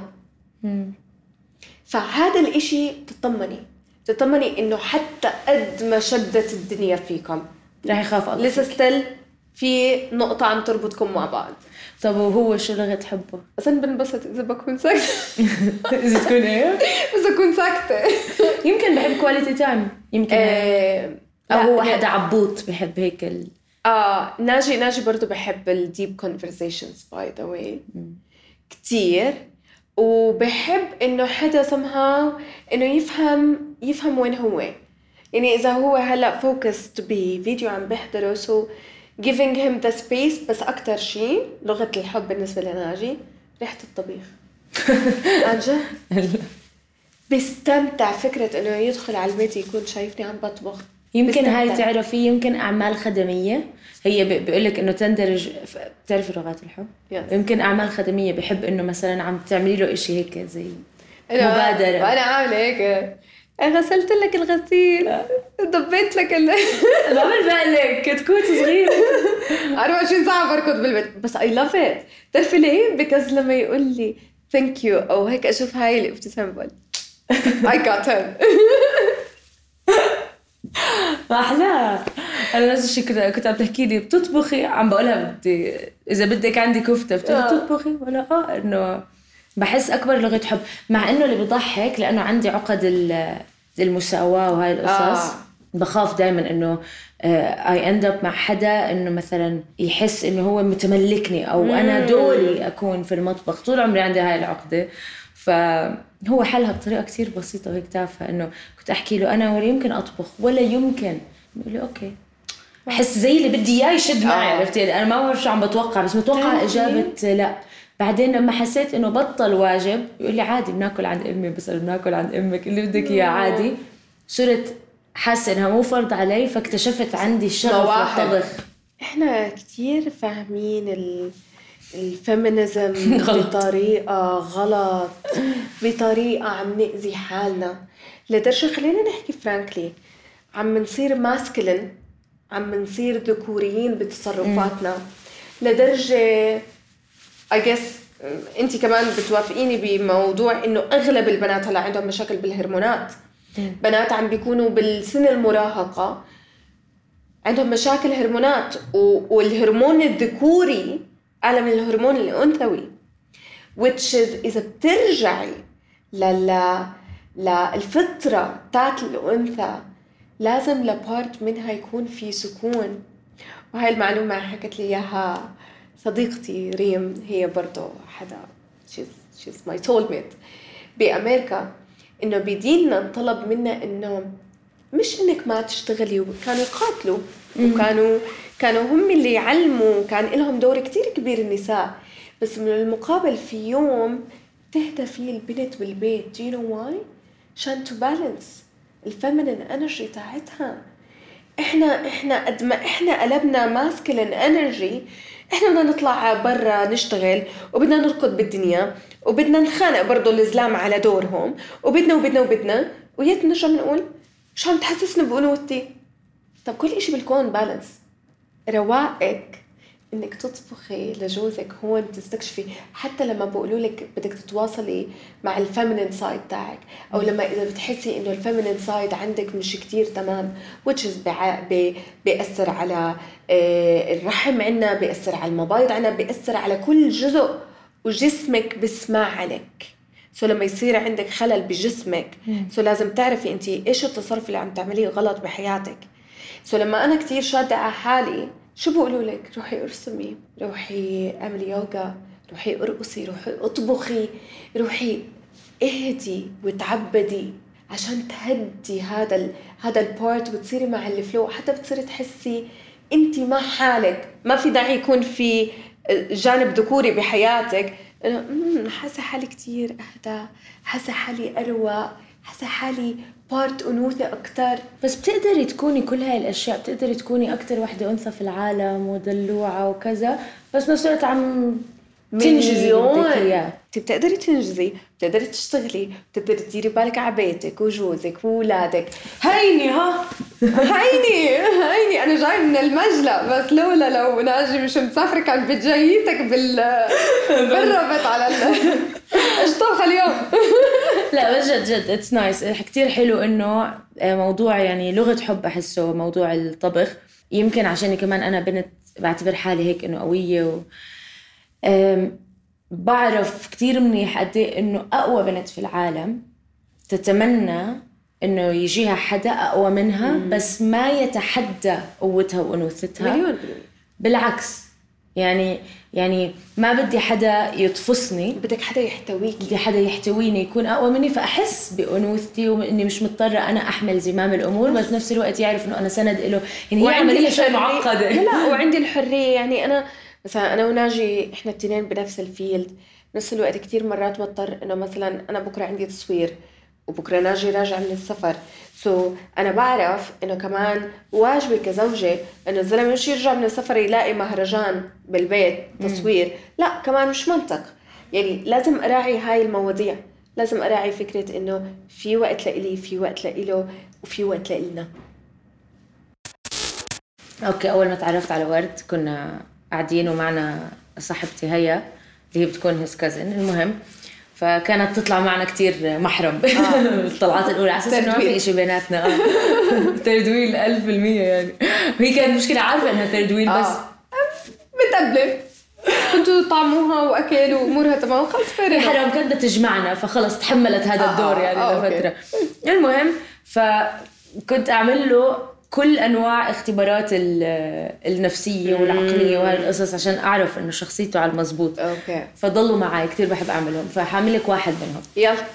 فهذا الإشي تطمني تطمني إنه حتى قد ما شدت الدنيا فيكم راح يخاف الله. لسه ستيل في نقطة عم تربطكم مع بعض. طب وهو شو لغة حبه؟ أصلاً بنبسط إذا بكون ساكتة. إذا تكون إيه؟ إذا أكون ساكتة. يمكن بحب كواليتي تايم. يمكن آه أو هو واحد عبوط بحب هيك ال... آه ناجي ناجي برضو بحب ال deep conversations by the way كتير. وبحب إنه حدا somehow إنه يفهم يفهم وين هو. يعني إذا هو هلأ focused بفيديو عم بحضره so giving him the space. بس أكتر شيء لغة الحب بالنسبة لناجي ريحة الطبيخ. أنجا بيستمتع فكرة إنه يدخل على البيت يكون شايفني عم بطبخ. يمكن هاي تعرفي يمكن أعمال خدمية هي بيقولك إنه تندرج. تعرفي لغات الحب؟ yes. يمكن أعمال خدمية بحب إنه مثلا عم تعملي له إشي هيك زي مبادرة. وأنا عاملة هيك غسلت لك الغسيل ضبيت لك ال بعمل بالك كتكوت صغير أربعة وعشرين ساعة بركض بالبيت. بس I love it. تعرفي ليه؟ because لما يقول لي thank you أو هيك أشوف هاي الابتسامة بقول I got him. ما أحلى. أنا نفس الشيء كنت كنت عم تحكي لي بتطبخي، عم بقولها بدي إذا بدك عندي كفتة بتقولي بتطبخي ولا آه إنه بحس أكبر لغة حب، مع إنه اللي بضحك لأنه عندي عقد المساواة وهاي القصص. آه. بخاف دايما إنه I end up مع حدا إنه مثلا يحس إنه هو متملكني أو مم. أنا دوري أكون في المطبخ. طول عمري عندي هاي العقدة، فهو حلها بطريقة كتير بسيطة وهيك تافهة. إنه كنت أحكي له أنا ولا يمكن أطبخ ولا يمكن، يقول لي أوكي. أحس زي اللي بدي إياه يشد معي. عرفتي أنا ما بعرف شو عم بتوقع، بس متوقع إجابة لا. بعدين لما حسيت إنه بطل واجب يقول لي عادي بناكل عند أمي، بس بناكل عند أمك اللي بدك إياه عادي. صرت حاسة إنها مو فرض علي، فاكتشفت عندي الشغف للطبخ. إحنا كتير فاهمين ال الفيمينيزم بطريقة غلط، بطريقة عم نأذي حالنا لدرجة خلينا نحكي فرانكلي عم نصير ماسكلين، عم نصير ذكوريين بتصرفاتنا لدرجة I guess انتي كمان بتوافقيني بموضوع انه اغلب البنات هلا عندهم مشاكل بالهرمونات. بنات عم بيكونوا بالسن المراهقة عندهم مشاكل هرمونات، والهرمون الذكوري أعلى من الهرمون الأنثوي، which is إذا بترجعي لل للفطرة تاعت الأنثى لازم لبارت منها يكون في سكون. وهاي المعلومة حكت لي إياها صديقتي ريم، هي برضو حدا she's, she's my soulmate بأمريكا، إنه بديننا طلب منا إنه مش إنك ما تشتغلي، وكانوا يقاتلوا وكانوا كانوا هم اللي يعلموا، كان لهم دور كتير كبير النساء، بس من المقابل في يوم تهدى فيه البنت بالبيت. do you know why؟ عشان to balance الفيمينين انرجي تاعتها. احنا احنا قد ما احنا قلبنا ماسكلين انرجي، احنا بدنا نطلع برا نشتغل وبدنا نركض بالدنيا وبدنا نخانق برضو الزلام على دورهم وبدنا وبدنا وبدنا ويات نرجع بنقول شو عم تحسسنا بأنوثتي. طب كل إشي بالكون بالانس. رواقك إنك تطبخي لجوزك هون تستكشفي، حتى لما بقولوا لك بدك تتواصلي مع الفيمينين سايد تاعك، أو لما إذا بتحسي إنه الفيمينين سايد عندك مش كتير تمام، which is بي بيأثر على الرحم عنا، بيأثر على المبايض عنا، بيأثر على كل جزء وجسمك بسمع عليك. سو لما يصير عندك خلل بجسمك سو لازم تعرفي انتي ايش التصرف اللي عم تعمليه غلط بحياتك. سو لما انا كتير شادة على حالي شو بقولوا لك؟ روحي ارسمي، روحي اعملي يوغا، روحي ارقصي، روحي اطبخي، روحي اهدي وتعبدي عشان تهدي هذا ال هذا البارت وتصيري مع الفلو، حتى بتصيري تحسي انتي مع حالك. ما في داعي يكون في جانب ذكوري بحياتك. أنا حاسة حالي كتير أهدى، حاسة حالي أروى، حاسة حالي بارت أنوثة أكتر. بس بتقدري تكوني كل هاي الأشياء، بتقدري تكوني أكتر واحدة أنثى في العالم ودلوعة وكذا، بس نفس الوقت عم تنجزي بدك. بتقدري تنجزي، بتقدري تشتغلي، بتقدري تديري بالك على بيتك وجوزك وولادك. هيني ها هيني هيني أنا جاي من المجلة، بس لولا لو ناجي مش مسافرة كان بتجيتك بال بالربط على اشطوخة اليوم. لا بس جد جد it's nice كتير حلو إنه موضوع يعني لغة حب. أحسه موضوع الطبخ يمكن عشان كمان أنا بنت بعتبر حالي هيك إنه قوية و بعرف كتير منيح قد ايه انه اقوى بنت في العالم تتمنى انه يجيها حدا اقوى منها مم. بس ما يتحدى قوتها وانوثتها. مليون بالعكس، يعني يعني ما بدي حدا يطفصني، بدك حدا يحتويك، بدي حدا يحتويني يكون اقوى مني، فاحس بانوثتي واني مش مضطره انا احمل زمام الامور، بس نفس الوقت يعرف انه انا سند له. يعني هي عمليه شوي معقده. لا وعندي الحريه. يعني انا مثلا أنا وناجي إحنا التنين بنفس الفيلد بنفس الوقت. كتير مرات بضطر إنه مثلا أنا بكرة عندي تصوير وبكرة ناجي راجع من السفر، سو so أنا بعرف إنه كمان واجبي كزوجة إنه الزلمة مش يرجع من السفر يلاقي مهرجان بالبيت تصوير. لا كمان مش منطق. يعني لازم أراعي هاي المواضيع، لازم أراعي فكرة إنه في وقت لإلي، في وقت لإله، وفي وقت لإلنا. أوكي، أول ما تعرفت على ورد كنا قاعدين ومعنا صاحبتي هيا اللي هي بتكون هيس كازن. المهم ف فكانت تطلع معنا كتير محرم الطلعات الأولى على أساس إنه ما في إشي بيناتنا. آه. تردويل ألف بالمية يعني. وهي كانت مشكلة عارفة إنها تردويل بس آه. متقبلة كنتوا طعموها وأكلوا وأمورها تمام خلص فارغة. حرام كانت تجمعنا فخلص تحملت هذا الدور يعني آه. لفترة. أوكي. المهم فكنت أعمل له كل أنواع اختبارات النفسية والعقلية وهاي القصص عشان أعرف إنه شخصيته على المزبوط. أوكي. فضلوا معي كتير بحب أعملهم. فحاملك واحد منهم. يلا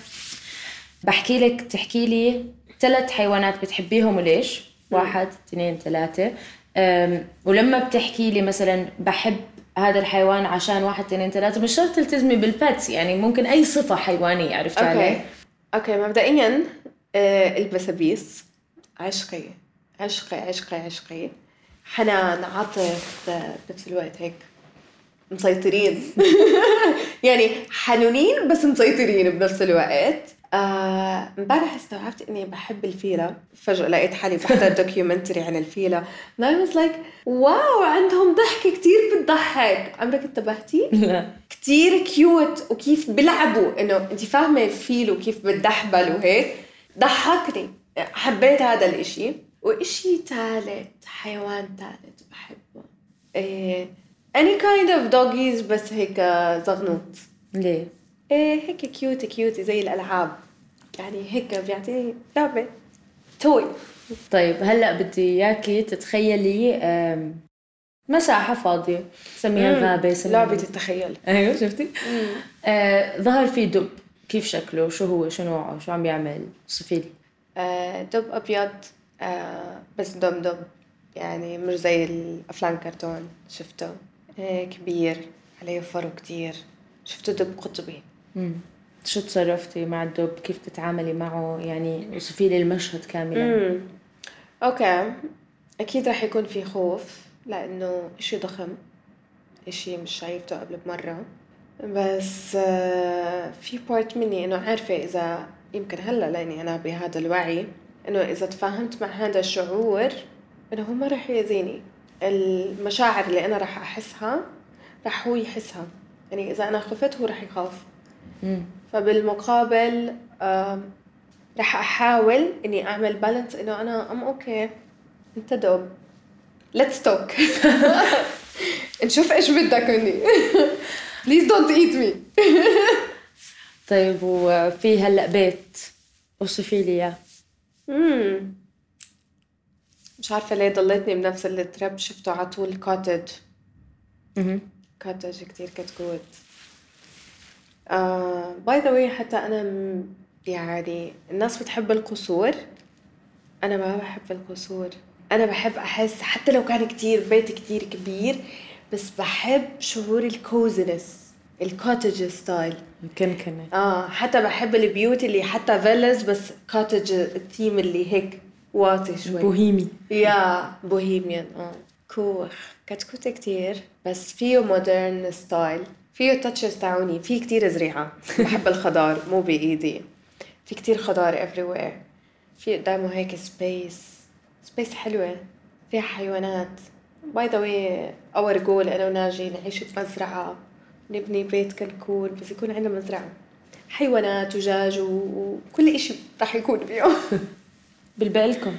بحكي لك تحكي لي ثلاث حيوانات بتحبيهم وليش. واحد اثنين ثلاثة. ولما بتحكي لي مثلا بحب هذا الحيوان عشان واحد اثنين ثلاثة مش شرط تلتزمي بالباتس يعني ممكن أي صفة حيوانية عرفت علي. أوكي أوكي مبدئيا آه البسابيس عشقي عشقي عشقي عشقي. حنان عاطف بنفس الوقت هيك مسيطرين يعني حنونين بس مسيطرين بنفس الوقت. امبارح آه استوعبت اني بحب الفيلة. فجأة لقيت حالي بحضر دوكيومنتري عن الفيلة and I was like واو عندهم ضحكة كتير بتضحك. عمرك انتبهتي؟ لا كتير كيوت وكيف بيلعبوا انه انتي فاهمة الفيل وكيف بتدحبل وهيك ضحكني. حبيت هذا الاشي. وإشي ثالث حيوان ثالث بحبه إيه any kind of doggies بس هيك زغنوط. ليه؟ إيه هيك كيوت كيوت زي الألعاب يعني هيك بيعطيني لعبة توي. طيب هلأ بدي إياكي تتخيلي مساحة فاضية سميها غابة سميها لعبة التخيل. أيوة شفتي؟ آه ظهر في دب كيف شكله شو هو شو نوعه شو عم بيعمل صفيلي. آه دب أبيض آه بس دب دب يعني مش زي الأفلام كرتون. شفته آه كبير عليه فرو كتير. شفته دب قطبي. مم. شو تصرفتي مع الدب كيف تتعاملي معه يعني وصفي لي المشهد كاملا. مم. أوكي أكيد رح يكون في خوف لأنه إشي ضخم إشي مش شايفته قبل بمرة بس آه في بارت مني إنه عارفة إذا يمكن هلا لأني أنا بهذا الوعي إنه إذا تفاهمت مع هذا الشعور إنه هو ما رح يأذيني. المشاعر اللي أنا رح أحسها رح هو يحسها يعني إذا أنا خفت هو رح يخاف. مم. فبالمقابل رح أحاول إني أعمل بالانس إنه أنا أم أوكي أنت دوب let's talk نشوف إيش بدك مني please don't eat me. طيب وفي هلأ بيت وصفي لي إياه. امم مش عارفة ليه ضليتني بنفس التراب. شفته على طول كوتج. اها كوتج كتير كتكوت. آه باي ذا واي حتى أنا م... يعني الناس بتحب القصور أنا ما بحب القصور. أنا بحب أحس حتى لو كان كتير بيت كتير كبير بس بحب شعور الكوزنس الكوتج ستايل كنكنة. آه حتى بحب البيوت اللي حتى فيلز بس كوتج الثيم اللي هيك واطي شوي بوهيمي. يا بوهيميان. آه كوخ كتكوت كتير بس فيه مودرن ستايل فيه تاتشز تاعوني. فيه كتير زريعة. بحب الخضار مو بإيدي. في كتير خضار everywhere. في قدامه هيك سبيس سبيس حلوة فيها حيوانات. باي ذا واي اور جول أنا وناجي نعيش بمزرعة نبني بيت كنكون بس يكون عندنا مزرعة حيوانات وجاج وكل إشي راح يكون فيه. بالبالكم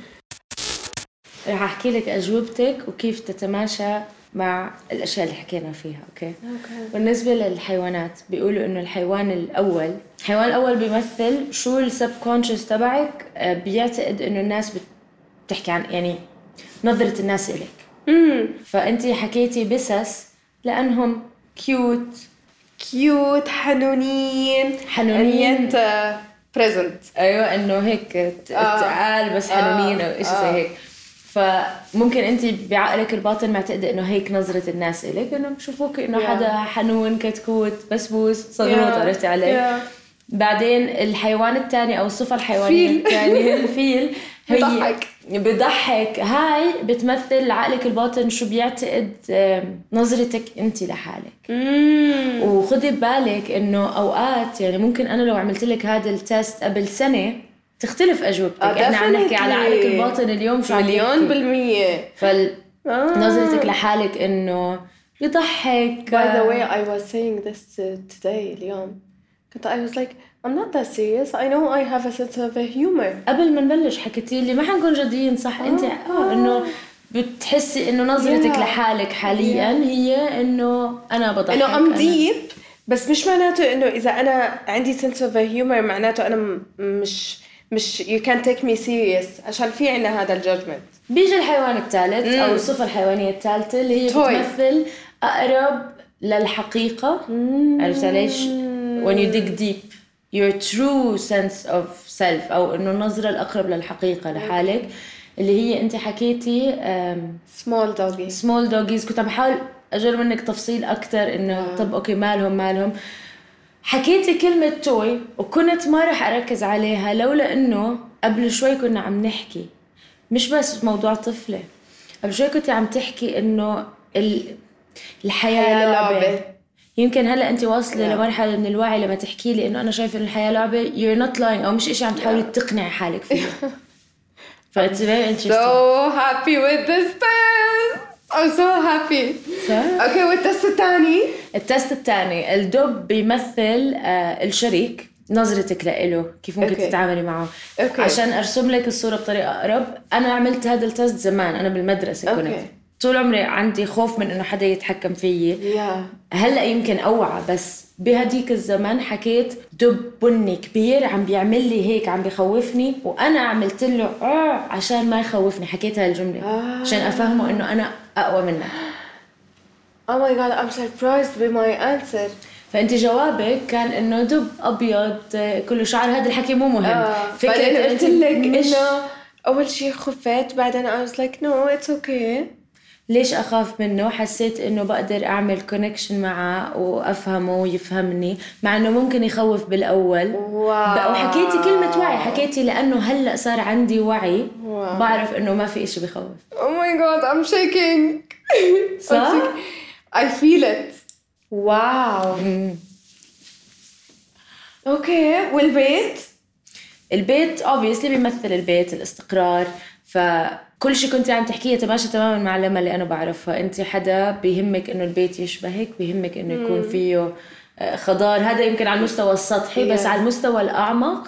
راح أحكي لك أجوبتك وكيف تتماشى مع الأشياء اللي حكينا فيها. أوكي. أوكي. بالنسبة للحيوانات بيقولوا إنه الحيوان الأول الحيوان الأول بيمثل شو السبكونشس تبعك بيعتقد إنه الناس بتحكي عن يعني نظرة الناس إليك. امم فأنتي حكيتي بسس لأنهم كيوت كيوت حنونين حنونين بريزنت. أيوة إنه هيك تعال بس حنونين أو إيش زي هيك. فممكن أنت بعقلك الباطن معتقدة إنه هيك نظرة الناس إليك إنه بشوفوك إنه yeah. حدا حنون كتكوت بسبوس صغنوط. yeah. عرفتي علي. yeah. بعدين الحيوان الثاني أو الصفة الحيوانية الثانية الفيل هي بضحك بضحك. هاي بتمثل عقلك الباطن شو بيعتقد نظرتك أنت لحالك. mm. وخدي ببالك إنه أوقات يعني ممكن أنا لو عملت لك هذا التست قبل سنة تختلف أجوبتك. آه إحنا عم نحكي على عقلك الباطن اليوم شو مليون بالمية. فنظرتك لحالك إنه يضحك. By the way I was saying this today اليوم كنت I was like I'm not that serious I know I have a sense of humor. قبل ما نبلش حكيتي لي ما حنكون جديين صح. انت اه انه بتحسي انه نظرتك yeah. لحالك حاليا yeah. هي انه انا بضحك انه I'm deep بس مش معناته انه اذا انا عندي sense of humor معناته انا مش مش you can't take me serious عشان في عنا هذا الجادجمنت. بيجي الحيوان الثالث mm. او الصفة الحيوانية الثالثة اللي هي Toy. بتمثل اقرب للحقيقة. mm. عرفت ليش؟ when you dig deep your true sense of self او انه النظرة الاقرب للحقيقة لحالك اللي هي انت حكيتي small doggies small doggies. كنت بحاول اجرب منك تفصيل اكتر انه mm. طب اوكي مالهم مالهم. حكيتي كلمة توي وكنت ما رح اركز عليها لولا انه قبل شوي كنا عم نحكي مش بس موضوع طفلة. قبل شوي كنت عم تحكي انه الحياة لعبة. يمكن هلا انت واصله yeah. لمرحله من الوعي لما تحكي لي انه انا شايفه ان الحياه لعبه you're not lying او مش إشي عم تحاولي yeah. تقنعي حالك فيه. ف it's very interesting. So happy with this test. I'm so happy. اوكي والتست الثاني التست الثاني الدب بيمثل آه الشريك. نظرتك له كيف ممكن okay. تتعاملي معه okay. عشان ارسم لك الصوره بطريقه اقرب. انا عملت هذا التست زمان انا بالمدرسه كنت okay. طول عمري عندي خوف من انه حدا يتحكم فيي. yeah. هلا يمكن اوعى بس بهديك الزمن حكيت دب بني كبير عم بيعمل لي هيك عم بيخوفني وانا عملت له اه عشان ما يخوفني. حكيت هاي الجمله آه. عشان افهمه انه انا اقوى منه. oh my god I'm surprised by my answer. فانت جوابك كان انه دب ابيض كله شعر. هذا الحكي مو مهم. آه. فكرة قلت لك انه اول شيء خفت بعدين I was like no it's okay. ليش أخاف منه؟ حسيت إنه بقدر أعمل كونكشن معه وأفهمه ويفهمني مع إنه ممكن يخوف بالأول. واو. وحكيتي كلمة وعي. حكيتي لأنه هلأ صار عندي وعي. واو. بعرف إنه ما في إشي بخوف. Oh my god I'm shaking. صح؟ I feel it. واو. أوكي والبيت؟ البيت obviously بيمثل البيت الاستقرار. فكل شيء كنت عم تحكيه تماشى تماما مع اللمة اللي أنا بعرفها. أنت حدا بيهمك إنه البيت يشبهك بيهمك إنه يكون فيه خضار. هذا يمكن على المستوى السطحي بس على المستوى الأعمق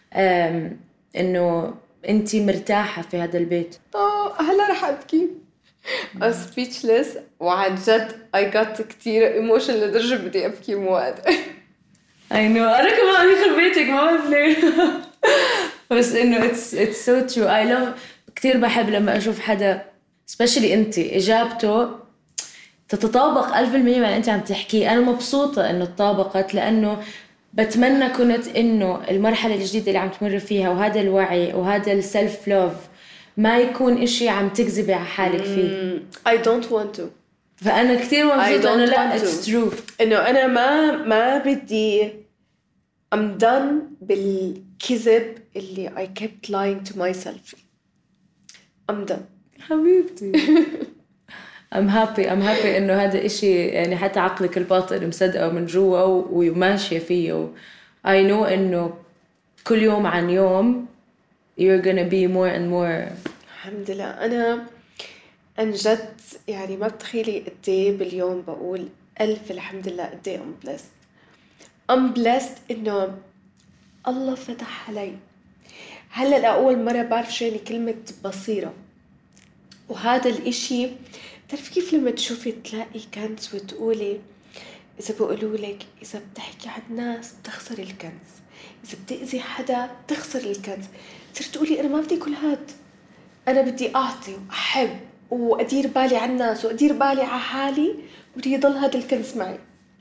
إنه أنت مرتاحة في هذا البيت. آه هلا رح أبكي. I'm speechless وعن جد I got كتير emotion لدرجة بدي أبكي مو قادرة. I know أنا كمان يخرب بيتك ما بفلي. بس إنه it's it's so true. I love كتير بحب لما أشوف حدا especially أنت إجابته تتطابق ألف بالمية مع اللي أنت عم تحكي. أنا مبسوطة إنه تطابقت لأنه بتمنى كنت إنه المرحلة الجديدة اللي عم تمر فيها وهذا الوعي وهذا السلف لوف ما يكون إشي عم تكذبي على حالك فيه. I don't want to. فأنا كتير مبسوطة إنه لا it's true. إنه أنا ما ما بدي I'm done بالكذب اللي I kept lying to myself. I'm done. حبيبتي. I'm happy I'm happy إنه هذا إشي يعني حتى عقلك الباطن مصدقه من جوا وماشية فيه. I know إنه كل يوم عن يوم you're gonna be more and more. الحمد لله. أنا أنجد يعني ما بتخيلي قدي باليوم بقول ألف الحمد لله قدي I'm blessed. I'm blessed إنه الله فتح علي. هلأ لأول مرة بعرف شو يعني كلمة بصيرة. وهذا الإشي تعرف كيف لما تشوفي تلاقي كنز وتقولي إذا بقولوا لك إذا بتحكي عن الناس بتخسر الكنز، إذا بتأذي حدا بتخسر الكنز. تصير تقولي أنا ما بدي كل هاد، أنا بدي أعطي وأحب وأدير بالي عن الناس وأدير بالي على حالي وبدي يضل هذا الكنز معي.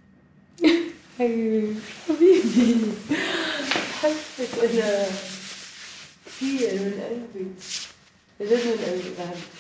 حبيبي حبك أنا كثير من قلبي جد من قلبي بحبك.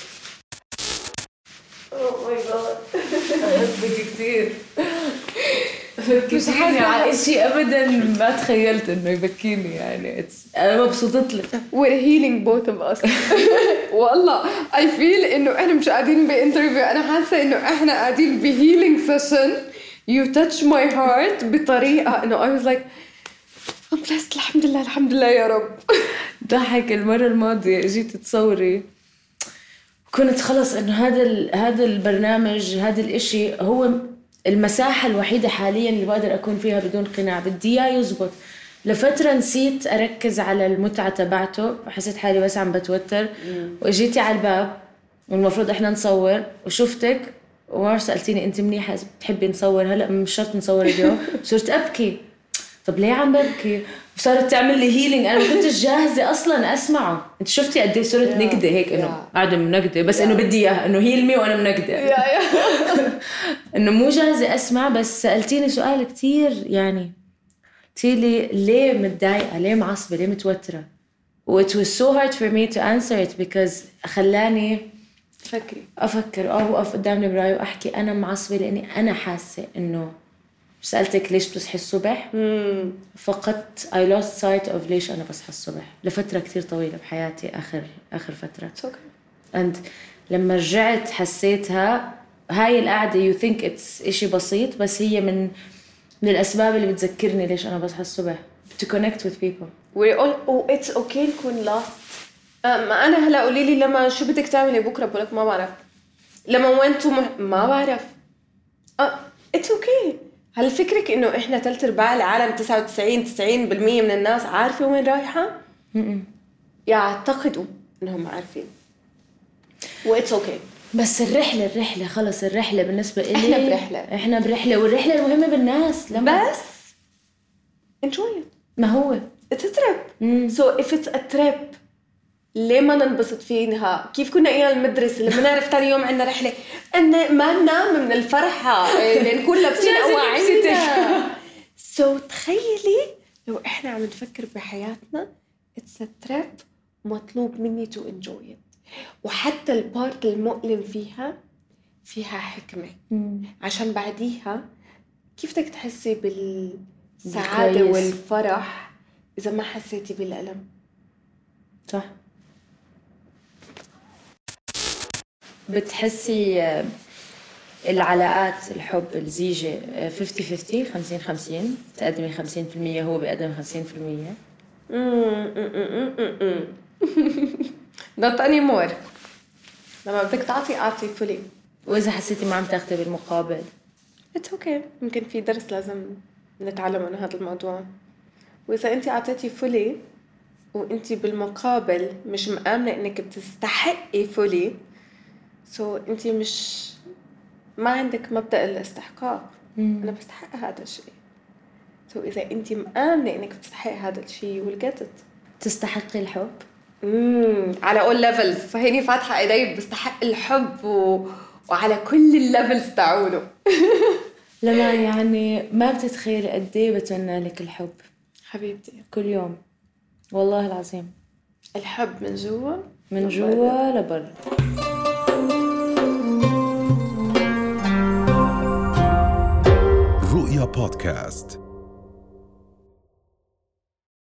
Oh my god بحبك كثير. فكرتيني على إشي أبداً ما تخيلت إنه يبكيني يعني. أنا مبسوطت لك. We're healing both of us. والله I feel إنه إحنا مش قاعدين بإنترفيو، أنا حاسة إنه إحنا قاعدين بهيلينج سيشن. You touch my heart بطريقة إنه I was like I'm blessed. الحمد لله الحمد لله يا رب. ضحك المرة الماضية جيت تصوري كنت خلص إنه هذا هذا البرنامج هذا الإشي هو المساحة الوحيدة حاليا اللي بقدر أكون فيها بدون قناع، بدي إياه يزبط. لفترة نسيت أركز على المتعة تبعته، حسيت حالي بس عم بتوتر. وإجيتي على الباب والمفروض إحنا نصور وشفتك وما سألتيني أنت منيحة بتحبي نصور هلأ مش شرط نصور اليوم. صرت أبكي، طب ليه عم ببكي؟ وصارت تعمل لي هيلينج. أنا ما كنتش جاهزة أصلاً أسمعه. أنت شفتي قد إيه صرت yeah. نكدة هيك إنه yeah. قاعدة منكدة بس yeah. إنه بدي إياه إنه هيلمي وأنا منكدة yeah, yeah. إنه مو جاهزة أسمع. بس سألتيني سؤال كتير يعني تيلي ليه متضايقة، ليه معصبة، ليه متوترة. و it was so hard for me to answer it because خلاني فكري أفكر أو أقف قدام المراية وأحكي أنا معصبة لأني أنا حاسة إنه سألتك ليش بتصحي الصبح مم. فقط I lost sight of ليش أنا بصحى الصبح لفترة كتير طويلة بحياتي آخر آخر فترة okay. and لما رجعت حسيتها. هاي القعدة you think it's إشي بسيط بس هي من من الأسباب اللي بتذكرني ليش أنا بصحى الصبح to connect with people. we all oh it's okay نكون lost. ما أنا هلا قولي لي لما شو بدك تعملي بكرة بقولك ما بعرف. لما وين مح... ما بعرف أه it's okay. هل فكرك إنه إحنا ثلاث أرباع العالم تسعة وتسعين تسعين بالمية من الناس عارفة وين رايحة؟ يعتقدوا إنهم عارفين و it's okay. بس الرحلة الرحلة خلص الرحلة بالنسبة إلي إحنا برحلة إحنا برحلة والرحلة المهمة بالناس لما بس enjoy it. ما هو it's a trip mm. so if it's a trip ليه ما ننبسط فيها؟ كيف كنا أيام المدرسة لما نعرف تاني يوم عنا رحلة أن ما ننام من الفرحة لأن كل لابسين أواعينا. so تخيلي لو إحنا عم نفكر بحياتنا it's a trip مطلوب مني to enjoy it. وحتى البارت المؤلم فيها فيها حكمة مم. عشان بعديها كيف بدك تحسي بالسعادة والفرح إذا ما حسيتي بالألم؟ صح. بتحسي العلاقات الحب الزيجة خمسين خمسين خمسين خمسين تقدمي خمسين في المية هو بيقدم خمسين في المية؟ not anymore. لما بدك تعطي أعطي فولي. وإذا حسيتي ما عم تاخدي بالمقابل it's okay. ممكن في درس لازم نتعلم عن هذا الموضوع. وإذا أنت أعطيتي فولي وأنت بالمقابل مش مآمنة إنك بتستحقي فولي so أنت مش ما عندك مبدأ الاستحقاق. مم. أنا بستحق هذا الشيء so إذا أنت مآمنة إنك بتستحق هذا الشيء you will get it. تستحقي الحب امم على all levels. فهيني فاتحة إيدي بستحق الحب و... وعلى كل الليفلز تعونه. لما يعني ما بتتخيلي قد ايه بتمنى لك الحب حبيبتي كل يوم والله العظيم. الحب من جوا من جوا لبر. رؤيا بودكاست.